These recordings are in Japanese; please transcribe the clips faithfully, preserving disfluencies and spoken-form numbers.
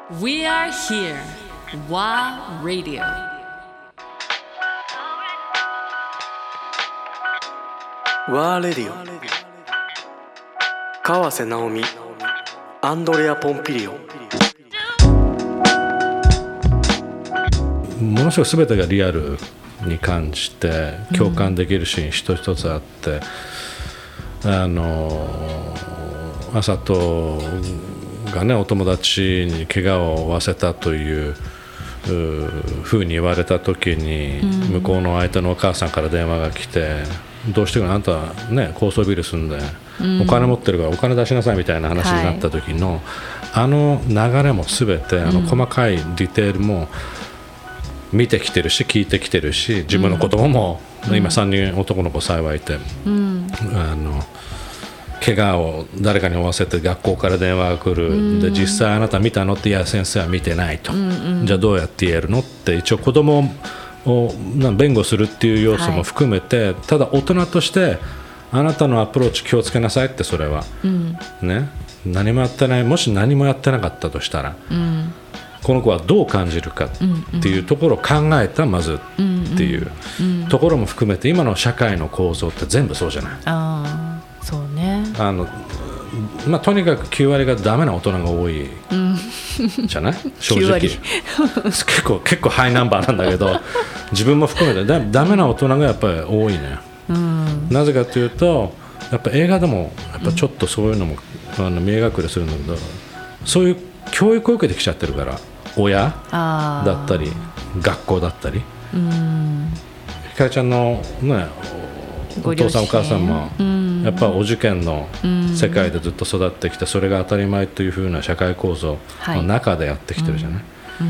We are here. ワー Radio. ワーレディオ川瀬直美アンドレア・ポンピリオ。 ものすごい全てがリアルに感じて共感できるシーン一つ一つあって、うん、あの朝とがねお友達に怪我を負わせたというふうに言われた時に、うん、向こうの相手のお母さんから電話が来て、どうしてもあんたね高層ビル住んで、うん、お金持ってるからお金出しなさいみたいな話になった時の、はい、あの流れも全てあの細かいディテールも見てきてるし聞いてきてるし、自分の子供も、うん、今さんにん男の子幸いいて、うん、あの怪我を誰かに負わせて学校から電話が来る、うん、で実際あなた見たのって、いや先生は見てないと、うんうん、じゃあどうやって言えるのって、一応子供を弁護するっていう要素も含めて、はい、ただ大人としてあなたのアプローチ気をつけなさいって、それは、うんね、何もやってない、もし何もやってなかったとしたら、うん、この子はどう感じるかっていうところを考えたまずっていうところも含めて、今の社会の構造って全部そうじゃない。 あー、そうね。 あのまあ、とにかくきゅう割がダメな大人が多いじゃない、うん、正直結構、結構ハイナンバーなんだけど自分も含めてだダメな大人がやっぱり多いね、うん、なぜかというとやっぱ映画でもやっぱちょっとそういうのも、うん、あの見え隠れするんだけど、そういう教育を受けてきちゃってるから、親だったり学校だったり、うん、ひかりちゃんのねお父さんお母さんもやっぱお受験の世界でずっと育ってきて、それが当たり前という風な社会構造の中でやってきてるじゃない、はい、うん、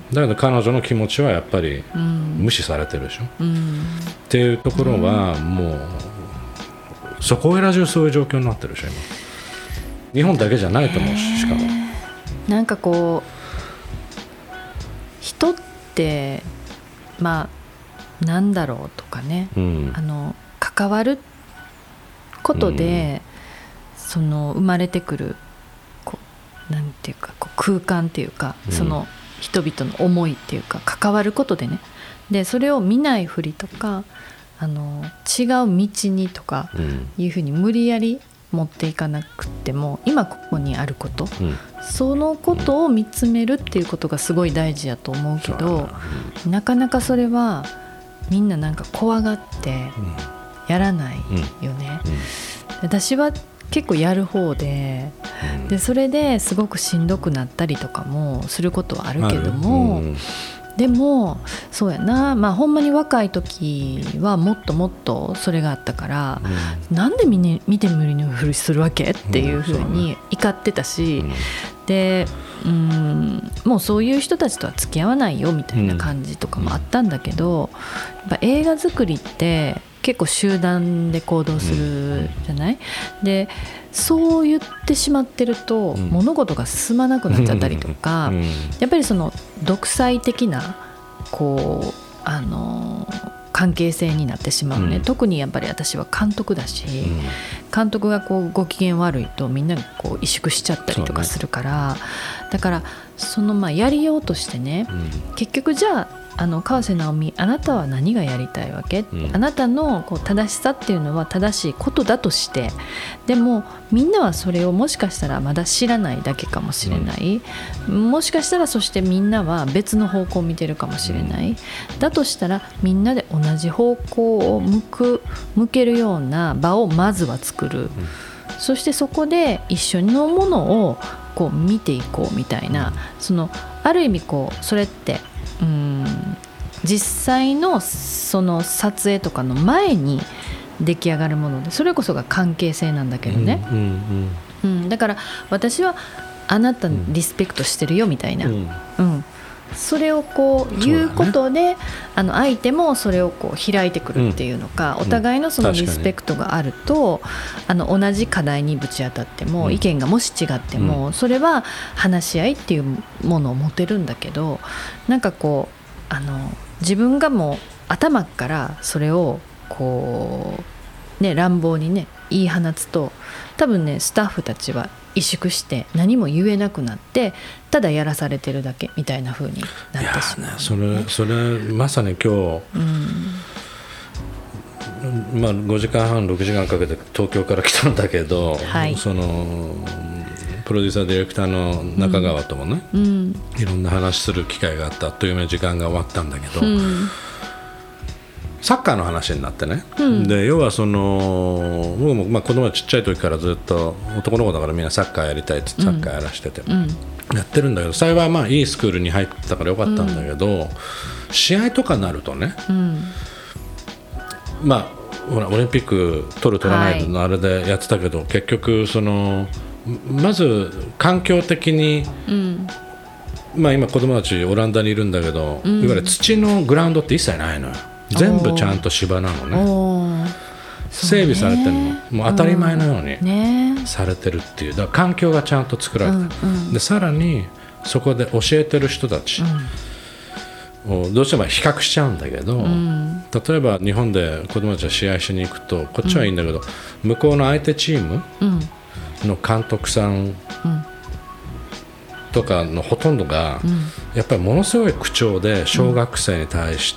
だけど彼女の気持ちはやっぱり無視されてるでしょ、うん、っていうところはもうそこら中そういう状況になってるでしょ今。日本だけじゃないと思うし、しかもなんかこう人ってまあなんだろうとかね、うん、あの関わることで、うん、その生まれてくるこうなんていうかこう空間っていうか、うん、その人々の思いっていうか関わることでね、でそれを見ないふりとかあの違う道にとかいうふうに無理やり持っていかなくても、今ここにあること、うん、そのことを見つめるっていうことがすごい大事やと思うけど、うん、なかなかそれはみんななんか怖がってやらないよね、うんうん、私は結構やる方で、うん、でそれですごくしんどくなったりとかもすることはあるけども、うん、でもそうやな、まあほんまに若い時はもっともっとそれがあったから、うん、なんで見、ね、見て見ぬふりするわけっていう風に怒ってたし、うん、でうーんもうそういう人たちとは付き合わないよみたいな感じとかもあったんだけど、やっぱ映画作りって結構集団で行動するじゃない、でそう言ってしまってると物事が進まなくなっちゃったりとか、やっぱりその独裁的なこうあの関係性になってしまうね、うん、特にやっぱり私は監督だし、うん、監督がこうご機嫌悪いとみんながこう萎縮しちゃったりとかするから、ね、だからそのまあやりようとしてね、うん、結局じゃああの川瀬直美あなたは何がやりたいわけ、うん、あなたのこう正しさっていうのは正しいことだとして、でもみんなはそれをもしかしたらまだ知らないだけかもしれない、うん、もしかしたらそしてみんなは別の方向を見てるかもしれない、うん、だとしたらみんなで同じ方向を向く向けるような場をまずは作る、うん、そしてそこで一緒のものをこう見ていこうみたいな、うん、そのある意味こうそれってうん実際のその撮影とかの前に出来上がるもので、それこそが関係性なんだけどね、うんうんうんうん、だから私はあなたリスペクトしてるよみたいな、うんうん、それをこう言うことで、ね、あの相手もそれをこう開いてくるっていうのか、うん、お互いのそのリスペクトがあると、あの同じ課題にぶち当たっても、うん、意見がもし違っても、うん、それは話し合いっていうものを持てるんだけど、なんかこうあの自分がもう頭からそれをこう、ね、乱暴にね言い放つと多分ねスタッフたちは萎縮して何も言えなくなってただやらされてるだけみたいな風になってしまう、ね、いや、ね、 それ、それまさに今日、うんまあ、ごじかんはんろくじかんかけて東京から来たんだけど、はい、そのプロデューサーディレクターの中川ともね、うん、いろんな話する機会があったあっという間に時間が終わったんだけど、うん、サッカーの話になってね、うん、で要はその僕もまあ子供はちっちゃい時からずっと男の子だからみんなサッカーやりたいってサッカーやらしてて、うん、やってるんだけど幸いまあいいスクールに入ってたからよかったんだけど、うん、試合とかになるとね、うん、まあほらオリンピック取る取らないのあれでやってたけど、はい、結局そのまず環境的に、うんまあ、今子供たちオランダにいるんだけど、うん、いわゆる土のグラウンドって一切ないのよ。全部ちゃんと芝なのね。整備されてるのもう当たり前のようにされてるっていうだから環境がちゃんと作られてる、うんうん、でさらにそこで教えてる人たちをどうしても比較しちゃうんだけど、うん、例えば日本で子供たちが試合しに行くとこっちはいいんだけど、うん、向こうの相手チームの監督さんとかのほとんどがやっぱりものすごい口調で小学生に対して、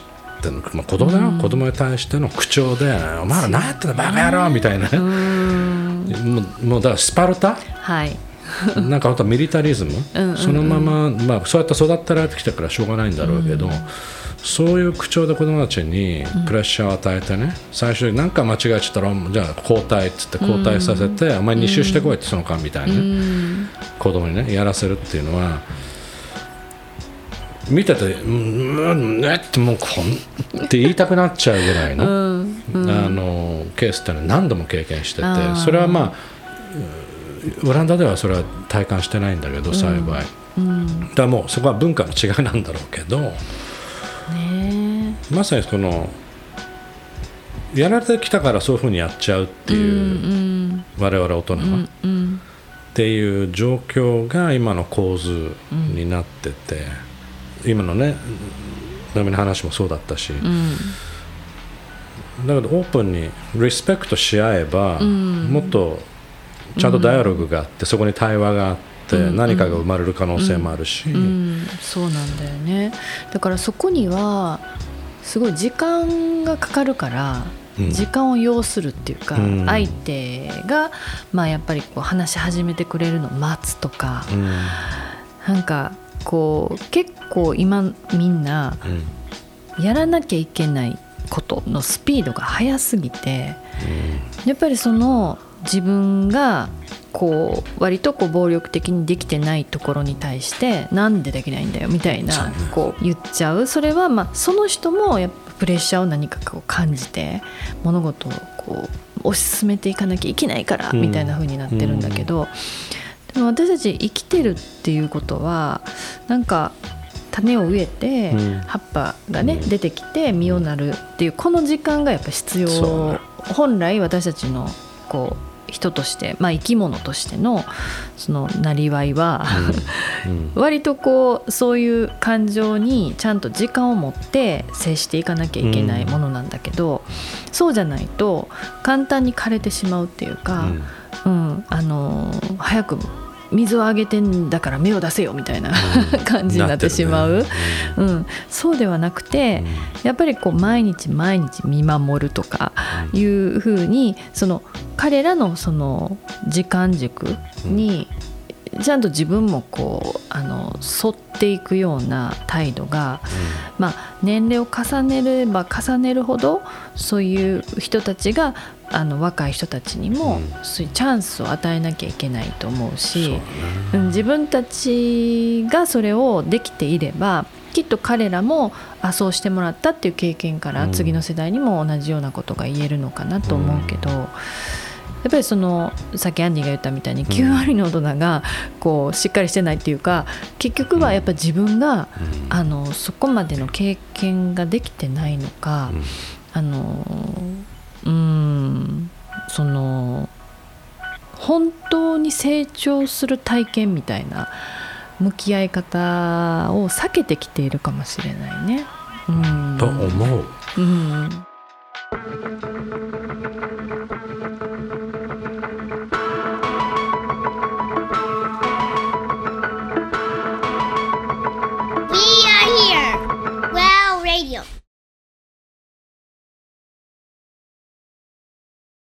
まあ、子供だよ、うん、子供に対しての口調でお前ら何やってんだバカ野郎みたいな、ね、もう、もうだからスパルタ、はい、なんか本当ミリタリズムうんうん、うん、そのまま、まあ、そうやって育てられてきたからしょうがないんだろうけど、うん、そういう口調で子供たちにプレッシャーを与えてね、最初に何か間違えちゃったらじゃあ交代っつって交代させて、うん、お前に周してこいってその間みたいな、ねうん、子供にねやらせるっていうのは見ててうんねってもうこんって言いたくなっちゃうぐらいの、うんうん、あのケースってのは何度も経験してて、それはまあオランダではそれは体感してないんだけど幸い、うんうん、だからもうそこは文化の違いなんだろうけど、ね、まさにこのやられてきたからそういうふうにやっちゃうっていう、うんうん、我々大人は、うんうん、っていう状況が今の構図になってて、うん、今のねナミの話もそうだったし、うん、だけどオープンにリスペクトし合えば、うん、もっとちゃんとダイアログがあって、うん、そこに対話があって何かが生まれる可能性もあるし、うんうんうん、そうなんだよね。 だからそこにはすごい時間がかかるから、うん、時間を要するっていうか、うん、相手が、まあ、やっぱりこう話し始めてくれるのを待つとか、うん、なんかこう結構今みんなやらなきゃいけないことのスピードが速すぎて、うん、やっぱりその自分がこう割とこう暴力的にできてないところに対してなんでできないんだよみたいなこう言っちゃう。それはまあその人もやっぱプレッシャーを何かこう感じて物事をこう推し進めていかなきゃいけないからみたいな風になってるんだけど、でも私たち生きてるっていうことはなんか種を植えて葉っぱがね出てきて実をなるっていうこの時間がやっぱ必要。本来私たちのこう人として、まあ、生き物としてのそのなりわいは、うんうん、割とこうそういう感情にちゃんと時間を持って接していかなきゃいけないものなんだけど、うん、そうじゃないと簡単に枯れてしまうっていうか、うんうん、あの早く水をあげてんだから芽を出せよみたいな、うん、感じになってしまう、ねうんうん、そうではなくて、うん、やっぱりこう毎日毎日見守るとかいうふうにその彼らのその時間軸にちゃんと自分もこうあの沿っていくような態度が、うんまあ、年齢を重ねれば重ねるほどそういう人たちがあの若い人たちにもそういうチャンスを与えなきゃいけないと思うし、うん、自分たちがそれをできていればきっと彼らもあそうしてもらったっていう経験から次の世代にも同じようなことが言えるのかなと思うけど、やっぱりそのさっきアンディが言ったみたいにきゅうわりの大人がこうしっかりしてないっていうか、結局はやっぱ自分があのそこまでの経験ができてないのか、あのうーんその本当に成長する体験みたいな向き合い方を避けてきているかもしれないね、うん、 と思う、 うん